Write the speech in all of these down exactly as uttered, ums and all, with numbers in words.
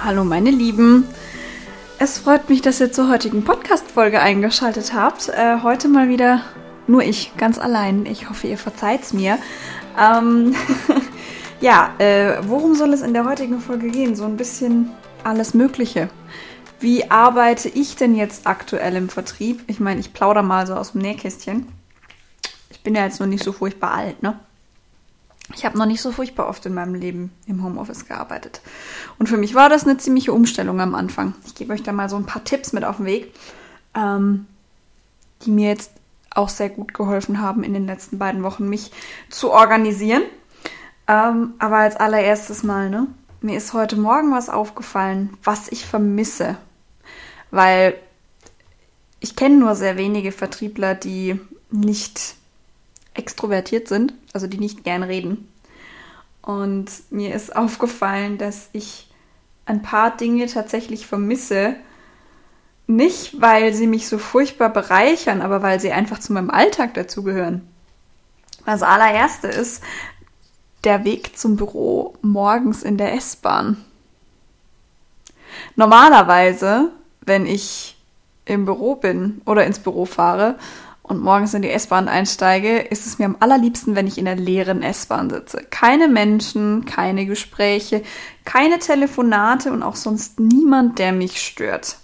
Hallo meine Lieben, es freut mich, dass ihr zur heutigen Podcast-Folge eingeschaltet habt. Äh, heute mal wieder nur ich, ganz allein. Ich hoffe, ihr verzeiht's mir. Ähm, ja, äh, worum soll es in der heutigen Folge gehen? So ein bisschen alles Mögliche. Wie arbeite ich denn jetzt aktuell im Vertrieb? Ich meine, ich plaudere mal so aus dem Nähkästchen. Ich bin ja jetzt noch nicht so furchtbar alt, ne? Ich habe noch nicht so furchtbar oft in meinem Leben im Homeoffice gearbeitet. Und für mich war das eine ziemliche Umstellung am Anfang. Ich gebe euch da mal so ein paar Tipps mit auf den Weg, ähm, die mir jetzt auch sehr gut geholfen haben, in den letzten beiden Wochen mich zu organisieren. Ähm, aber als allererstes mal, ne, mir ist heute Morgen was aufgefallen, was ich vermisse. Weil ich kenne nur sehr wenige Vertriebler, die nicht extrovertiert sind, also die nicht gern reden. Und mir ist aufgefallen, dass ich ein paar Dinge tatsächlich vermisse. Nicht, weil sie mich so furchtbar bereichern, aber weil sie einfach zu meinem Alltag dazugehören. Das allererste ist der Weg zum Büro morgens in der S-Bahn. Normalerweise, wenn ich im Büro bin oder ins Büro fahre und morgens in die S-Bahn einsteige, ist es mir am allerliebsten, wenn ich in der leeren S-Bahn sitze. Keine Menschen, keine Gespräche, keine Telefonate und auch sonst niemand, der mich stört.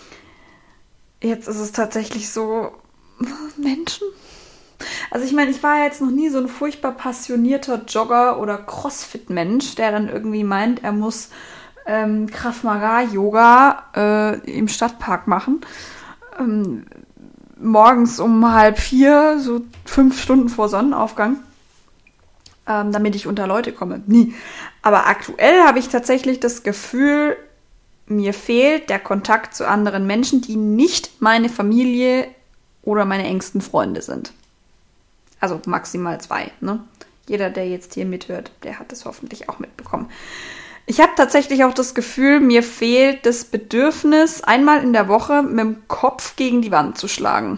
Jetzt ist es tatsächlich so, Menschen? Also ich meine, ich war jetzt noch nie so ein furchtbar passionierter Jogger oder Crossfit-Mensch, der dann irgendwie meint, er muss ähm, Krav Maga-Yoga äh, im Stadtpark machen. Ähm, morgens um halb vier, so fünf Stunden vor Sonnenaufgang, ähm, damit ich unter Leute komme. Nie. Aber aktuell habe ich tatsächlich das Gefühl, mir fehlt der Kontakt zu anderen Menschen, die nicht meine Familie oder meine engsten Freunde sind. Also maximal zwei, ne? Jeder, der jetzt hier mithört, der hat es hoffentlich auch mitbekommen. Ich habe tatsächlich auch das Gefühl, mir fehlt das Bedürfnis, einmal in der Woche mit dem Kopf gegen die Wand zu schlagen.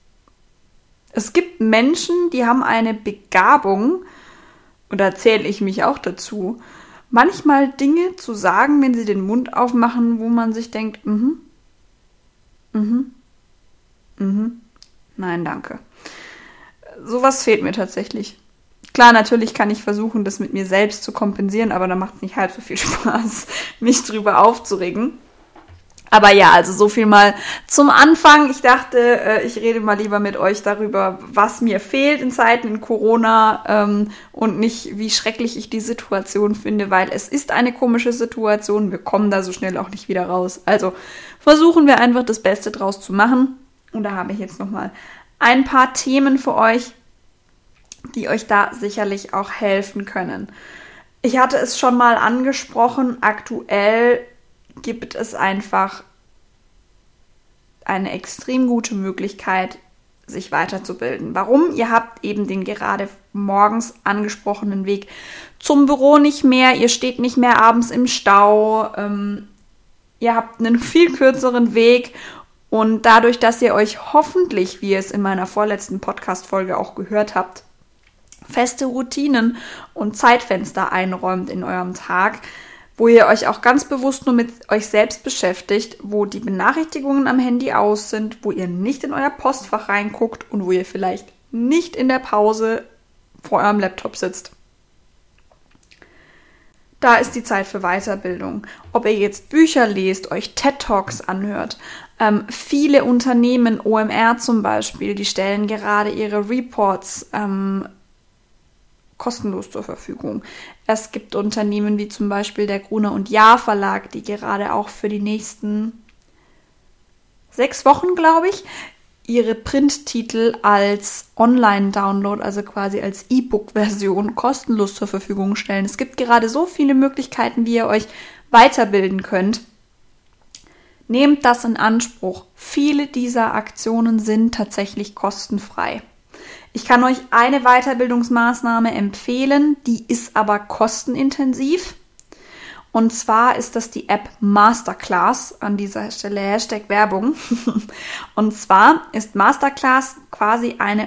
Es gibt Menschen, die haben eine Begabung, und da zähle ich mich auch dazu, manchmal Dinge zu sagen, wenn sie den Mund aufmachen, wo man sich denkt, mhm, mhm, mhm, nein, danke. Sowas fehlt mir tatsächlich. Klar, natürlich kann ich versuchen, das mit mir selbst zu kompensieren, aber da macht es nicht halb so viel Spaß, mich drüber aufzuregen. Aber ja, also so viel mal zum Anfang. Ich dachte, ich rede mal lieber mit euch darüber, was mir fehlt in Zeiten in Corona ähm, und nicht, wie schrecklich ich die Situation finde, weil es ist eine komische Situation. Wir kommen da so schnell auch nicht wieder raus. Also versuchen wir einfach das Beste draus zu machen. Und da habe ich jetzt nochmal ein paar Themen für euch, die euch da sicherlich auch helfen können. Ich hatte es schon mal angesprochen, aktuell gibt es einfach eine extrem gute Möglichkeit, sich weiterzubilden. Warum? Ihr habt eben den gerade morgens angesprochenen Weg zum Büro nicht mehr, ihr steht nicht mehr abends im Stau, ähm, ihr habt einen viel kürzeren Weg und dadurch, dass ihr euch hoffentlich, wie ihr es in meiner vorletzten Podcast-Folge auch gehört habt, feste Routinen und Zeitfenster einräumt in eurem Tag, wo ihr euch auch ganz bewusst nur mit euch selbst beschäftigt, wo die Benachrichtigungen am Handy aus sind, wo ihr nicht in euer Postfach reinguckt und wo ihr vielleicht nicht in der Pause vor eurem Laptop sitzt. Da ist die Zeit für Weiterbildung. Ob ihr jetzt Bücher lest, euch TED Talks anhört. Ähm, viele Unternehmen, O M R zum Beispiel, die stellen gerade ihre Reports ähm, kostenlos zur Verfügung. Es gibt Unternehmen wie zum Beispiel der Gruner und Jahr Verlag, die gerade auch für die nächsten sechs Wochen, glaube ich, ihre Printtitel als Online-Download, also quasi als E-Book-Version kostenlos zur Verfügung stellen. Es gibt gerade so viele Möglichkeiten, wie ihr euch weiterbilden könnt. Nehmt das in Anspruch. Viele dieser Aktionen sind tatsächlich kostenfrei. Ich kann euch eine Weiterbildungsmaßnahme empfehlen, die ist aber kostenintensiv. Und zwar ist das die App Masterclass, an dieser Stelle Hashtag Werbung. Und zwar ist Masterclass quasi eine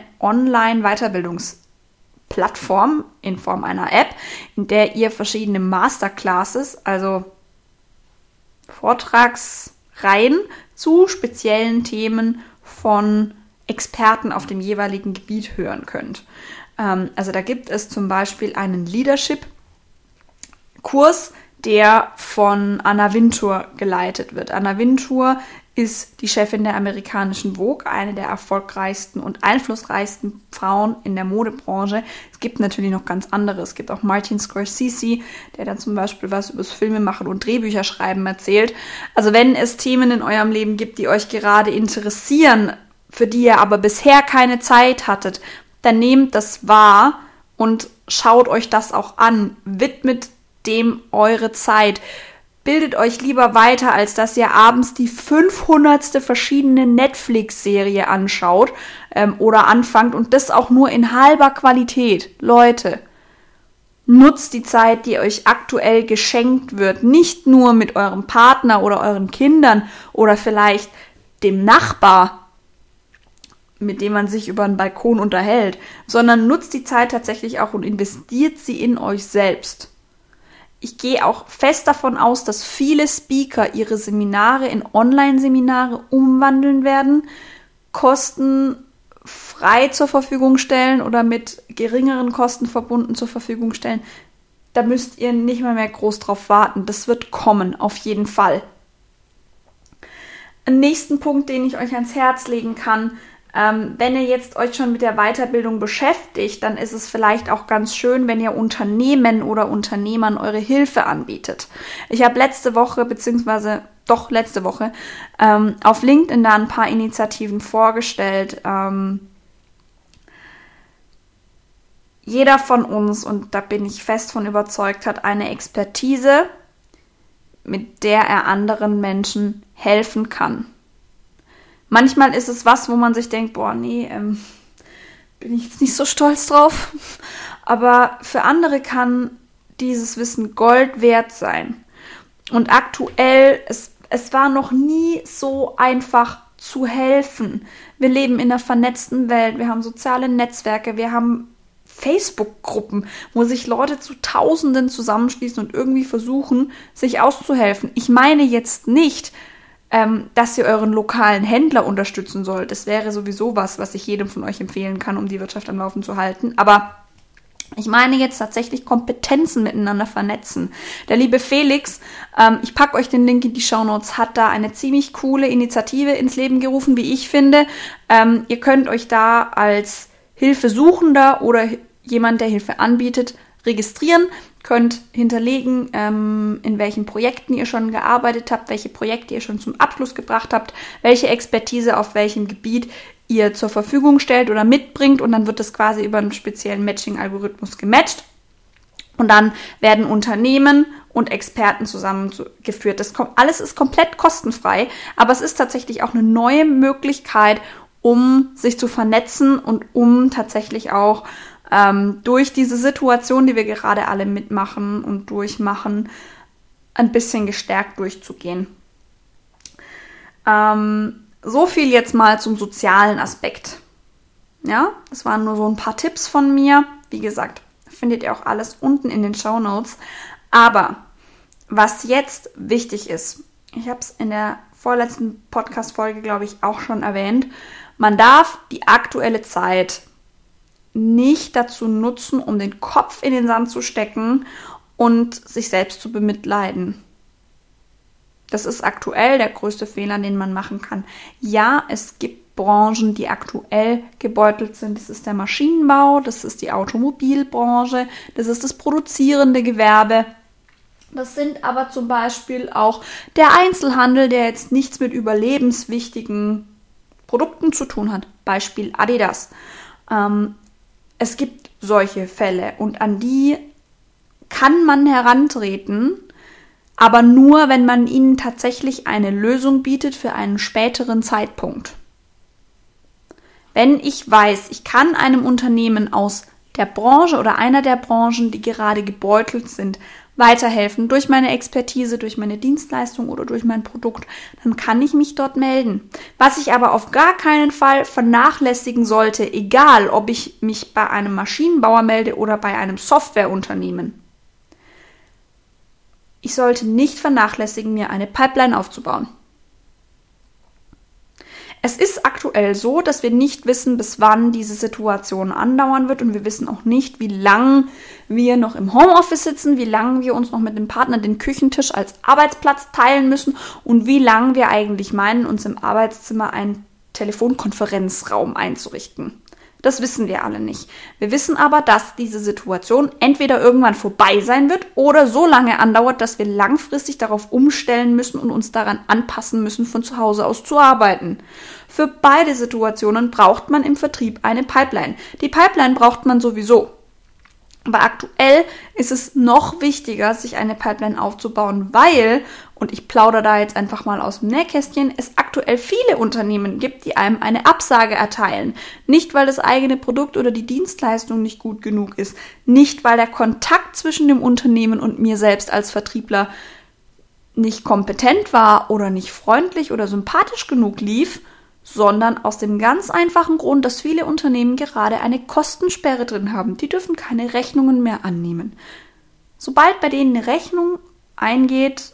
Online-Weiterbildungsplattform in Form einer App, in der ihr verschiedene Masterclasses, also Vortragsreihen zu speziellen Themen von Experten auf dem jeweiligen Gebiet hören könnt. Ähm, also da gibt es zum Beispiel einen Leadership-Kurs, der von Anna Wintour geleitet wird. Anna Wintour ist die Chefin der amerikanischen Vogue, eine der erfolgreichsten und einflussreichsten Frauen in der Modebranche. Es gibt natürlich noch ganz andere. Es gibt auch Martin Scorsese, der dann zum Beispiel was über das Filmemachen und Drehbücher schreiben erzählt. Also wenn es Themen in eurem Leben gibt, die euch gerade interessieren, für die ihr aber bisher keine Zeit hattet, dann nehmt das wahr und schaut euch das auch an. Widmet dem eure Zeit. Bildet euch lieber weiter, als dass ihr abends die fünfhundertste verschiedene Netflix-Serie anschaut ähm, oder anfangt und das auch nur in halber Qualität. Leute, nutzt die Zeit, die euch aktuell geschenkt wird, nicht nur mit eurem Partner oder euren Kindern oder vielleicht dem Nachbar, mit dem man sich über einen Balkon unterhält, sondern nutzt die Zeit tatsächlich auch und investiert sie in euch selbst. Ich gehe auch fest davon aus, dass viele Speaker ihre Seminare in Online-Seminare umwandeln werden, kostenfrei zur Verfügung stellen oder mit geringeren Kosten verbunden zur Verfügung stellen. Da müsst ihr nicht mal mehr groß drauf warten. Das wird kommen, auf jeden Fall. Einen nächsten Punkt, den ich euch ans Herz legen kann: Ähm, wenn ihr jetzt euch schon mit der Weiterbildung beschäftigt, dann ist es vielleicht auch ganz schön, wenn ihr Unternehmen oder Unternehmern eure Hilfe anbietet. Ich habe letzte Woche, beziehungsweise doch letzte Woche, ähm, auf LinkedIn da ein paar Initiativen vorgestellt. Ähm, jeder von uns, und da bin ich fest von überzeugt, hat eine Expertise, mit der er anderen Menschen helfen kann. Manchmal ist es was, wo man sich denkt, boah, nee, ähm, bin ich jetzt nicht so stolz drauf. Aber für andere kann dieses Wissen Gold wert sein. Und aktuell, es, es war noch nie so einfach zu helfen. Wir leben in einer vernetzten Welt, wir haben soziale Netzwerke, wir haben Facebook-Gruppen, wo sich Leute zu Tausenden zusammenschließen und irgendwie versuchen, sich auszuhelfen. Ich meine jetzt nicht, Ähm, dass ihr euren lokalen Händler unterstützen sollt. Das wäre sowieso was, was ich jedem von euch empfehlen kann, um die Wirtschaft am Laufen zu halten. Aber ich meine jetzt tatsächlich Kompetenzen miteinander vernetzen. Der liebe Felix, ähm, ich packe euch den Link in die Shownotes, hat da eine ziemlich coole Initiative ins Leben gerufen, wie ich finde. Ähm, ihr könnt euch da als Hilfesuchender oder jemand, der Hilfe anbietet, registrieren, könnt hinterlegen, ähm, in welchen Projekten ihr schon gearbeitet habt, welche Projekte ihr schon zum Abschluss gebracht habt, welche Expertise auf welchem Gebiet ihr zur Verfügung stellt oder mitbringt, und dann wird das quasi über einen speziellen Matching-Algorithmus gematcht und dann werden Unternehmen und Experten zusammengeführt. Das kommt, alles ist komplett kostenfrei, aber es ist tatsächlich auch eine neue Möglichkeit, um sich zu vernetzen und um tatsächlich auch Ähm, durch diese Situation, die wir gerade alle mitmachen und durchmachen, ein bisschen gestärkt durchzugehen. Ähm, so viel jetzt mal zum sozialen Aspekt. Ja, das waren nur so ein paar Tipps von mir. Wie gesagt, findet ihr auch alles unten in den Shownotes. Aber was jetzt wichtig ist, ich habe es in der vorletzten Podcast-Folge, glaube ich, auch schon erwähnt, man darf die aktuelle Zeit nicht dazu nutzen, um den Kopf in den Sand zu stecken und sich selbst zu bemitleiden. Das ist aktuell der größte Fehler, den man machen kann. Ja, es gibt Branchen, die aktuell gebeutelt sind. Das ist der Maschinenbau, das ist die Automobilbranche, das ist das produzierende Gewerbe. Das sind aber zum Beispiel auch der Einzelhandel, der jetzt nichts mit überlebenswichtigen Produkten zu tun hat. Beispiel Adidas. Ähm, Es gibt solche Fälle und an die kann man herantreten, aber nur, wenn man ihnen tatsächlich eine Lösung bietet für einen späteren Zeitpunkt. Wenn ich weiß, ich kann einem Unternehmen aus der Branche oder einer der Branchen, die gerade gebeutelt sind, weiterhelfen durch meine Expertise, durch meine Dienstleistung oder durch mein Produkt, dann kann ich mich dort melden. Was ich aber auf gar keinen Fall vernachlässigen sollte, egal ob ich mich bei einem Maschinenbauer melde oder bei einem Softwareunternehmen. ich sollte nicht vernachlässigen, mir eine Pipeline aufzubauen. Es ist aktuell so, dass wir nicht wissen, bis wann diese Situation andauern wird und wir wissen auch nicht, wie lang wir noch im Homeoffice sitzen, wie lange wir uns noch mit dem Partner den Küchentisch als Arbeitsplatz teilen müssen und wie lange wir eigentlich meinen, uns im Arbeitszimmer einen Telefonkonferenzraum einzurichten. Das wissen wir alle nicht. Wir wissen aber, dass diese Situation entweder irgendwann vorbei sein wird oder so lange andauert, dass wir langfristig darauf umstellen müssen und uns daran anpassen müssen, von zu Hause aus zu arbeiten. Für beide Situationen braucht man im Vertrieb eine Pipeline. Die Pipeline braucht man sowieso. Aber aktuell ist es noch wichtiger, sich eine Pipeline aufzubauen, weil, und ich plaudere da jetzt einfach mal aus dem Nähkästchen, es aktuell viele Unternehmen gibt, die einem eine Absage erteilen. Nicht, weil das eigene Produkt oder die Dienstleistung nicht gut genug ist. Nicht, weil der Kontakt zwischen dem Unternehmen und mir selbst als Vertriebler nicht kompetent war oder nicht freundlich oder sympathisch genug lief, sondern aus dem ganz einfachen Grund, dass viele Unternehmen gerade eine Kostensperre drin haben. Die dürfen keine Rechnungen mehr annehmen. Sobald bei denen eine Rechnung eingeht,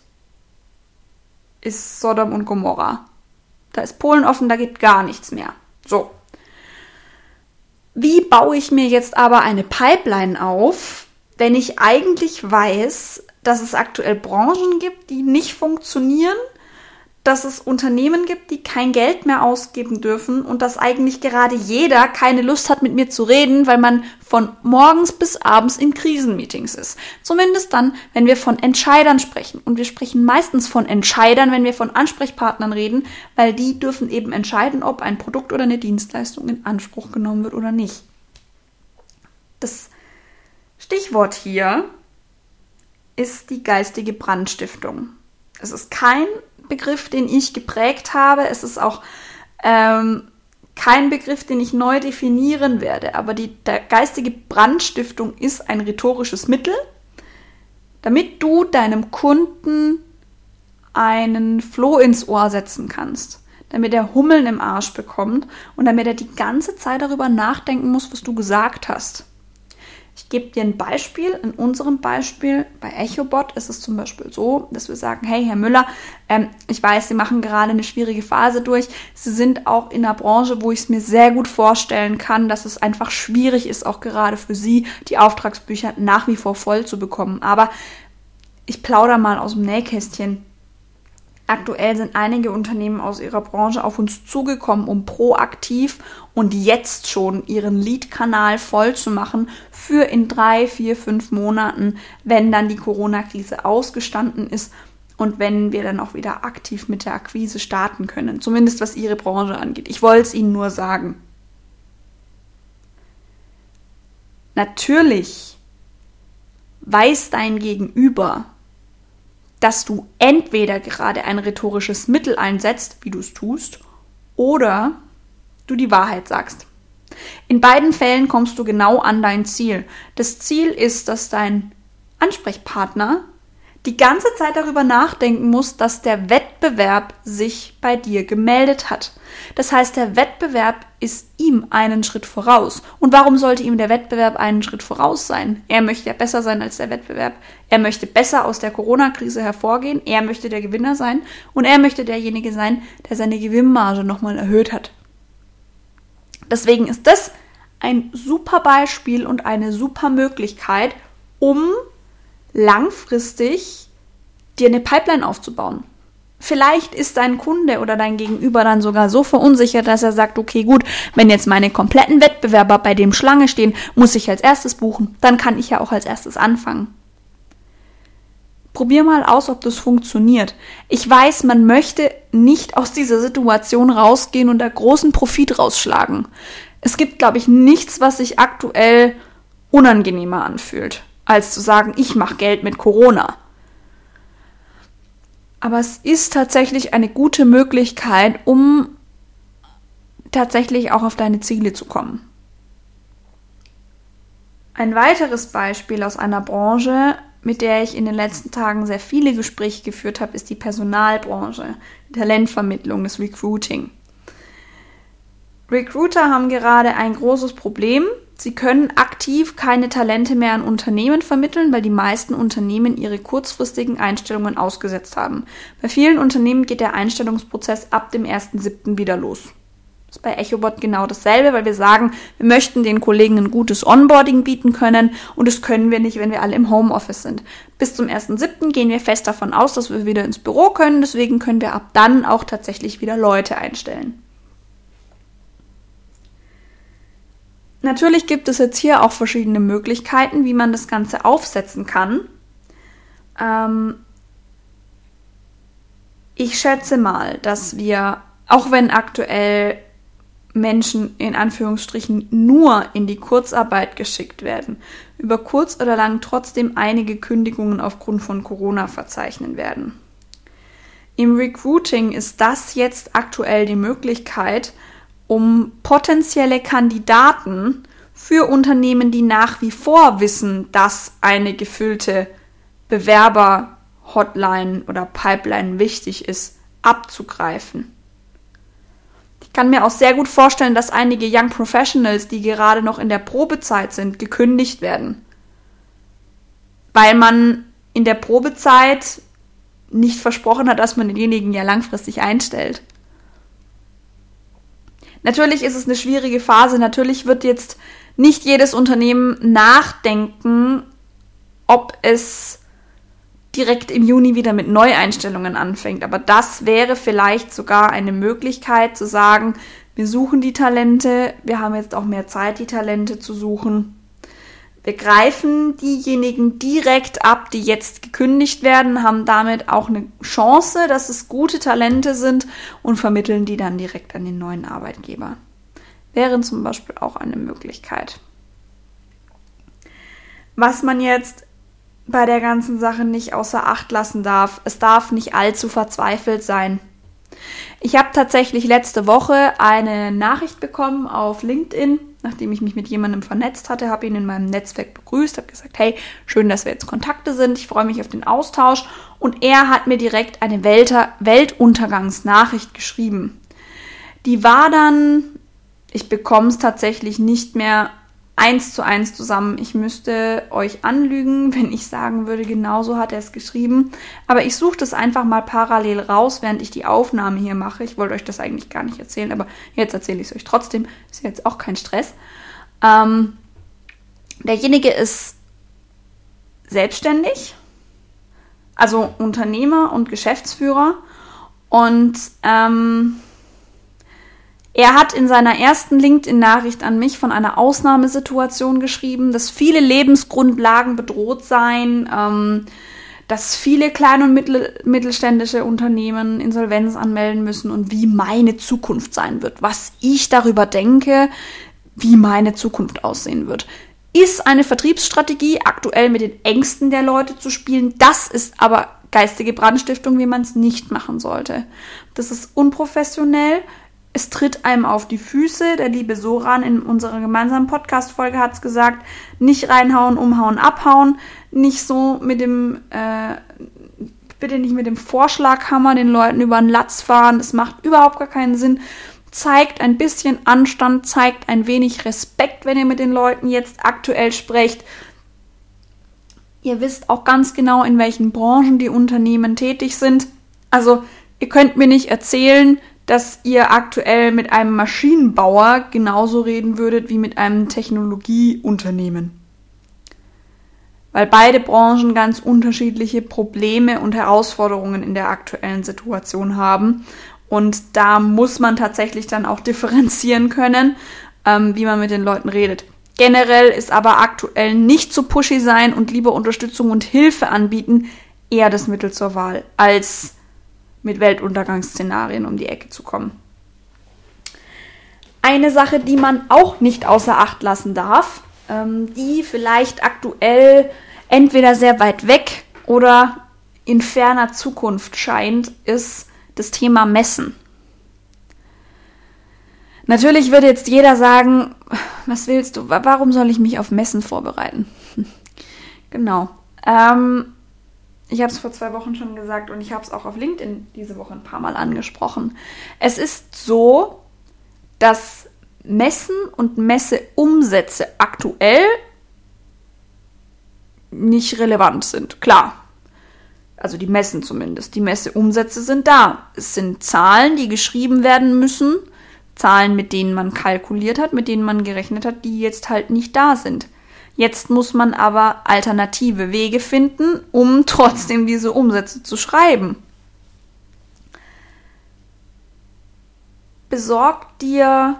ist Sodom und Gomorra. Da ist Polen offen, da geht gar nichts mehr. So. Wie baue ich mir jetzt aber eine Pipeline auf, wenn ich eigentlich weiß, dass es aktuell Branchen gibt, die nicht funktionieren, dass es Unternehmen gibt, die kein Geld mehr ausgeben dürfen und dass eigentlich gerade jeder keine Lust hat, mit mir zu reden, weil man von morgens bis abends in Krisenmeetings ist. Zumindest dann, wenn wir von Entscheidern sprechen. Und wir sprechen meistens von Entscheidern, wenn wir von Ansprechpartnern reden, weil die dürfen eben entscheiden, ob ein Produkt oder eine Dienstleistung in Anspruch genommen wird oder nicht. Das Stichwort hier ist die geistige Brandstiftung. Es ist kein Begriff, den ich geprägt habe. Es ist auch ähm, kein Begriff, den ich neu definieren werde. Aber die der geistige Brandstiftung ist ein rhetorisches Mittel, damit du deinem Kunden einen Floh ins Ohr setzen kannst, damit er Hummeln im Arsch bekommt und damit er die ganze Zeit darüber nachdenken muss, was du gesagt hast. Ich gebe dir ein Beispiel. In unserem Beispiel bei EchoBot ist es zum Beispiel so, dass wir sagen, hey, Herr Müller, ähm, ich weiß, Sie machen gerade eine schwierige Phase durch. Sie sind auch in einer Branche, wo ich es mir sehr gut vorstellen kann, dass es einfach schwierig ist, auch gerade für Sie, die Auftragsbücher nach wie vor voll zu bekommen. Aber ich plaudere mal aus dem Nähkästchen. Aktuell sind einige Unternehmen aus ihrer Branche auf uns zugekommen, um proaktiv und jetzt schon ihren Lead-Kanal voll zu machen für in drei, vier, fünf Monaten, wenn dann die Corona-Krise ausgestanden ist und wenn wir dann auch wieder aktiv mit der Akquise starten können. Zumindest was ihre Branche angeht. Ich wollte es Ihnen nur sagen. Natürlich weiß dein Gegenüber, dass du entweder gerade ein rhetorisches Mittel einsetzt, wie du es tust, oder du die Wahrheit sagst. In beiden Fällen kommst du genau an dein Ziel. Das Ziel ist, dass dein Ansprechpartner die ganze Zeit darüber nachdenken muss, dass der Wettbewerb sich bei dir gemeldet hat. Das heißt, der Wettbewerb ist ihm einen Schritt voraus. Und warum sollte ihm der Wettbewerb einen Schritt voraus sein? Er möchte ja besser sein als der Wettbewerb. Er möchte besser aus der Corona-Krise hervorgehen. Er möchte der Gewinner sein. Und er möchte derjenige sein, der seine Gewinnmarge nochmal erhöht hat. Deswegen ist das ein super Beispiel und eine super Möglichkeit, um langfristig dir eine Pipeline aufzubauen. Vielleicht ist dein Kunde oder dein Gegenüber dann sogar so verunsichert, dass er sagt, okay, gut, wenn jetzt meine kompletten Wettbewerber bei dem Schlange stehen, muss ich als erstes buchen. Dann kann ich ja auch als erstes anfangen. Probier mal aus, ob das funktioniert. Ich weiß, man möchte nicht aus dieser Situation rausgehen und da großen Profit rausschlagen. Es gibt, glaube ich, nichts, was sich aktuell unangenehmer anfühlt, als zu sagen, ich mache Geld mit Corona. Aber es ist tatsächlich eine gute Möglichkeit, um tatsächlich auch auf deine Ziele zu kommen. Ein weiteres Beispiel aus einer Branche, mit der ich in den letzten Tagen sehr viele Gespräche geführt habe, ist die Personalbranche, die Talentvermittlung, das Recruiting. Recruiter haben gerade ein großes Problem. Sie können aktiv keine Talente mehr an Unternehmen vermitteln, weil die meisten Unternehmen ihre kurzfristigen Einstellungen ausgesetzt haben. Bei vielen Unternehmen geht der Einstellungsprozess ab dem ersten siebten wieder los. Das ist bei EchoBot genau dasselbe, weil wir sagen, wir möchten den Kollegen ein gutes Onboarding bieten können und das können wir nicht, wenn wir alle im Homeoffice sind. Bis zum ersten siebten gehen wir fest davon aus, dass wir wieder ins Büro können, deswegen können wir ab dann auch tatsächlich wieder Leute einstellen. Natürlich gibt es jetzt hier auch verschiedene Möglichkeiten, wie man das Ganze aufsetzen kann. Ähm, ich schätze mal, dass wir, auch wenn aktuell Menschen in Anführungsstrichen nur in die Kurzarbeit geschickt werden, über kurz oder lang trotzdem einige Kündigungen aufgrund von Corona verzeichnen werden. Im Recruiting ist das jetzt aktuell die Möglichkeit, um potenzielle Kandidaten für Unternehmen, die nach wie vor wissen, dass eine gefüllte Bewerber-Hotline oder Pipeline wichtig ist, abzugreifen. Ich kann mir auch sehr gut vorstellen, dass einige Young Professionals, die gerade noch in der Probezeit sind, gekündigt werden. Weil man in der Probezeit nicht versprochen hat, dass man denjenigen ja langfristig einstellt. Natürlich ist es eine schwierige Phase. Natürlich wird jetzt nicht jedes Unternehmen nachdenken, ob es direkt im Juni wieder mit Neueinstellungen anfängt. Aber das wäre vielleicht sogar eine Möglichkeit zu sagen, wir suchen die Talente, wir haben jetzt auch mehr Zeit, die Talente zu suchen. Wir greifen diejenigen direkt ab, die jetzt gekündigt werden, haben damit auch eine Chance, dass es gute Talente sind und vermitteln die dann direkt an den neuen Arbeitgeber. Wäre zum Beispiel auch eine Möglichkeit. Was man jetzt bei der ganzen Sache nicht außer Acht lassen darf, es darf nicht allzu verzweifelt sein. Ich habe tatsächlich letzte Woche eine Nachricht bekommen auf LinkedIn, nachdem ich mich mit jemandem vernetzt hatte, habe ihn in meinem Netzwerk begrüßt, habe gesagt, hey, schön, dass wir jetzt Kontakte sind, ich freue mich auf den Austausch und er hat mir direkt eine Welter- Weltuntergangsnachricht geschrieben. Die war dann, ich bekomme es tatsächlich nicht mehr eins zu eins zusammen. Ich müsste euch anlügen, wenn ich sagen würde, genauso hat er es geschrieben. Aber ich suche das einfach mal parallel raus, während ich die Aufnahme hier mache. Ich wollte euch das eigentlich gar nicht erzählen, aber jetzt erzähle ich es euch trotzdem. Ist jetzt auch kein Stress. Ähm, derjenige ist selbstständig, also Unternehmer und Geschäftsführer. Und ähm, er hat in seiner ersten LinkedIn-Nachricht an mich von einer Ausnahmesituation geschrieben, dass viele Lebensgrundlagen bedroht seien, ähm, dass viele kleine und mittel, mittelständische Unternehmen Insolvenz anmelden müssen und wie meine Zukunft sein wird, was ich darüber denke, wie meine Zukunft aussehen wird. Ist eine Vertriebsstrategie, aktuell mit den Ängsten der Leute zu spielen, das ist aber geistige Brandstiftung, wie man es nicht machen sollte. Das ist unprofessionell. Es tritt einem auf die Füße. Der liebe Soran in unserer gemeinsamen Podcast-Folge hat es gesagt, nicht reinhauen, umhauen, abhauen. Nicht so mit dem, äh, bitte nicht mit dem Vorschlaghammer den Leuten über den Latz fahren. Das macht überhaupt gar keinen Sinn. Zeigt ein bisschen Anstand, zeigt ein wenig Respekt, wenn ihr mit den Leuten jetzt aktuell sprecht. Ihr wisst auch ganz genau, in welchen Branchen die Unternehmen tätig sind. Also, ihr könnt mir nicht erzählen, dass ihr aktuell mit einem Maschinenbauer genauso reden würdet wie mit einem Technologieunternehmen. Weil beide Branchen ganz unterschiedliche Probleme und Herausforderungen in der aktuellen Situation haben. Und da muss man tatsächlich dann auch differenzieren können, ähm, wie man mit den Leuten redet. Generell ist aber aktuell nicht zu pushy sein und lieber Unterstützung und Hilfe anbieten eher das Mittel zur Wahl, als mit Weltuntergangsszenarien um die Ecke zu kommen. Eine Sache, die man auch nicht außer Acht lassen darf, ähm, die vielleicht aktuell entweder sehr weit weg oder in ferner Zukunft scheint, ist das Thema Messen. Natürlich würde jetzt jeder sagen, was willst du, warum soll ich mich auf Messen vorbereiten? Genau. Ähm, Ich habe es vor zwei Wochen schon gesagt und ich habe es auch auf LinkedIn diese Woche ein paar Mal angesprochen. Es ist so, dass Messen und Messeumsätze aktuell nicht relevant sind. Klar, also die Messen zumindest. Die Messeumsätze sind da. Es sind Zahlen, die geschrieben werden müssen, Zahlen, mit denen man kalkuliert hat, mit denen man gerechnet hat, die jetzt halt nicht da sind. Jetzt muss man aber alternative Wege finden, um trotzdem diese Umsätze zu schreiben. Besorg dir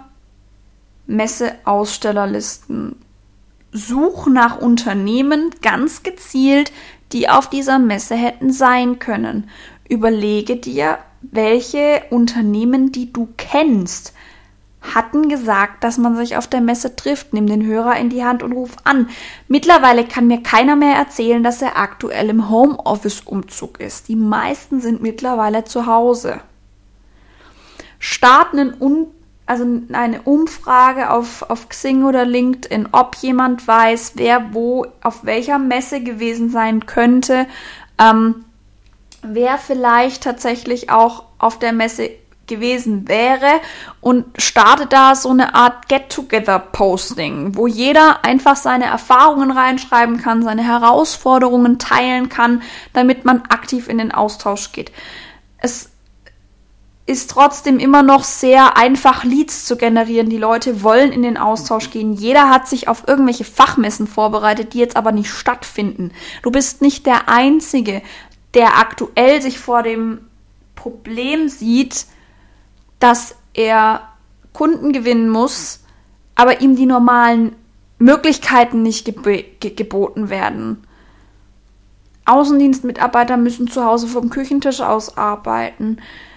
Messeausstellerlisten. Such nach Unternehmen ganz gezielt, die auf dieser Messe hätten sein können. Überlege dir, welche Unternehmen, die du kennst, hatten gesagt, dass man sich auf der Messe trifft. Nimm den Hörer in die Hand und ruf an. Mittlerweile kann mir keiner mehr erzählen, dass er aktuell im Homeoffice-Umzug ist. Die meisten sind mittlerweile zu Hause. Start einen Un- also eine Umfrage auf, auf Xing oder LinkedIn, ob jemand weiß, wer wo auf welcher Messe gewesen sein könnte, ähm, wer vielleicht tatsächlich auch auf der Messe gewesen wäre, und starte da so eine Art Get-Together-Posting, wo jeder einfach seine Erfahrungen reinschreiben kann, seine Herausforderungen teilen kann, damit man aktiv in den Austausch geht. Es ist trotzdem immer noch sehr einfach, Leads zu generieren. Die Leute wollen in den Austausch gehen. Jeder hat sich auf irgendwelche Fachmessen vorbereitet, die jetzt aber nicht stattfinden. Du bist nicht der Einzige, der aktuell sich vor dem Problem sieht, dass er Kunden gewinnen muss, aber ihm die normalen Möglichkeiten nicht geb- ge- geboten werden. Außendienstmitarbeiter müssen zu Hause vom Küchentisch aus arbeiten.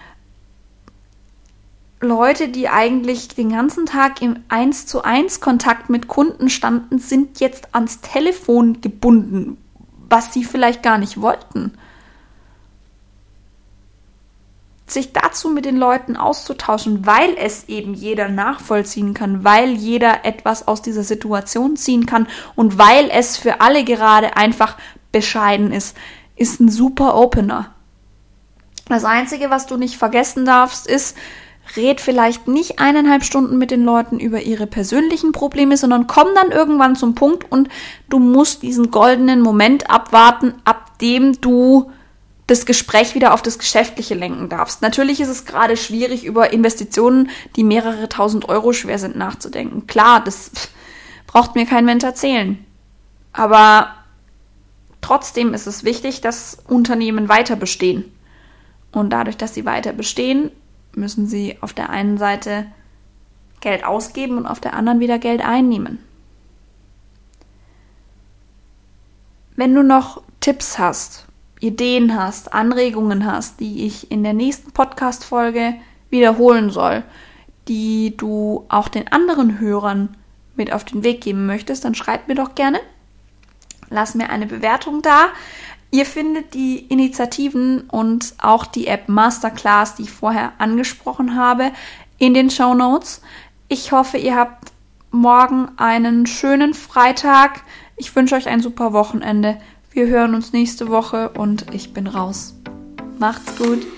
Leute, die eigentlich den ganzen Tag im eins zu eins Kontakt mit Kunden standen, sind jetzt ans Telefon gebunden, was sie vielleicht gar nicht wollten. Sich dazu mit den Leuten auszutauschen, weil es eben jeder nachvollziehen kann, weil jeder etwas aus dieser Situation ziehen kann und weil es für alle gerade einfach bescheiden ist, ist ein super Opener. Das Einzige, was du nicht vergessen darfst, ist, red vielleicht nicht eineinhalb Stunden mit den Leuten über ihre persönlichen Probleme, sondern komm dann irgendwann zum Punkt und du musst diesen goldenen Moment abwarten, ab dem du das Gespräch wieder auf das Geschäftliche lenken darfst. Natürlich ist es gerade schwierig, über Investitionen, die mehrere tausend Euro schwer sind, nachzudenken. Klar, das braucht mir kein Mensch erzählen. Aber trotzdem ist es wichtig, dass Unternehmen weiter bestehen. Und dadurch, dass sie weiter bestehen, müssen sie auf der einen Seite Geld ausgeben und auf der anderen wieder Geld einnehmen. Wenn du noch Tipps hast, Ideen hast, Anregungen hast, die ich in der nächsten Podcast-Folge wiederholen soll, die du auch den anderen Hörern mit auf den Weg geben möchtest, dann schreib mir doch gerne. Lass mir eine Bewertung da. Ihr findet die Initiativen und auch die App Masterclass, die ich vorher angesprochen habe, in den Shownotes. Ich hoffe, ihr habt morgen einen schönen Freitag. Ich wünsche euch ein super Wochenende. Wir hören uns nächste Woche und ich bin raus. Macht's gut.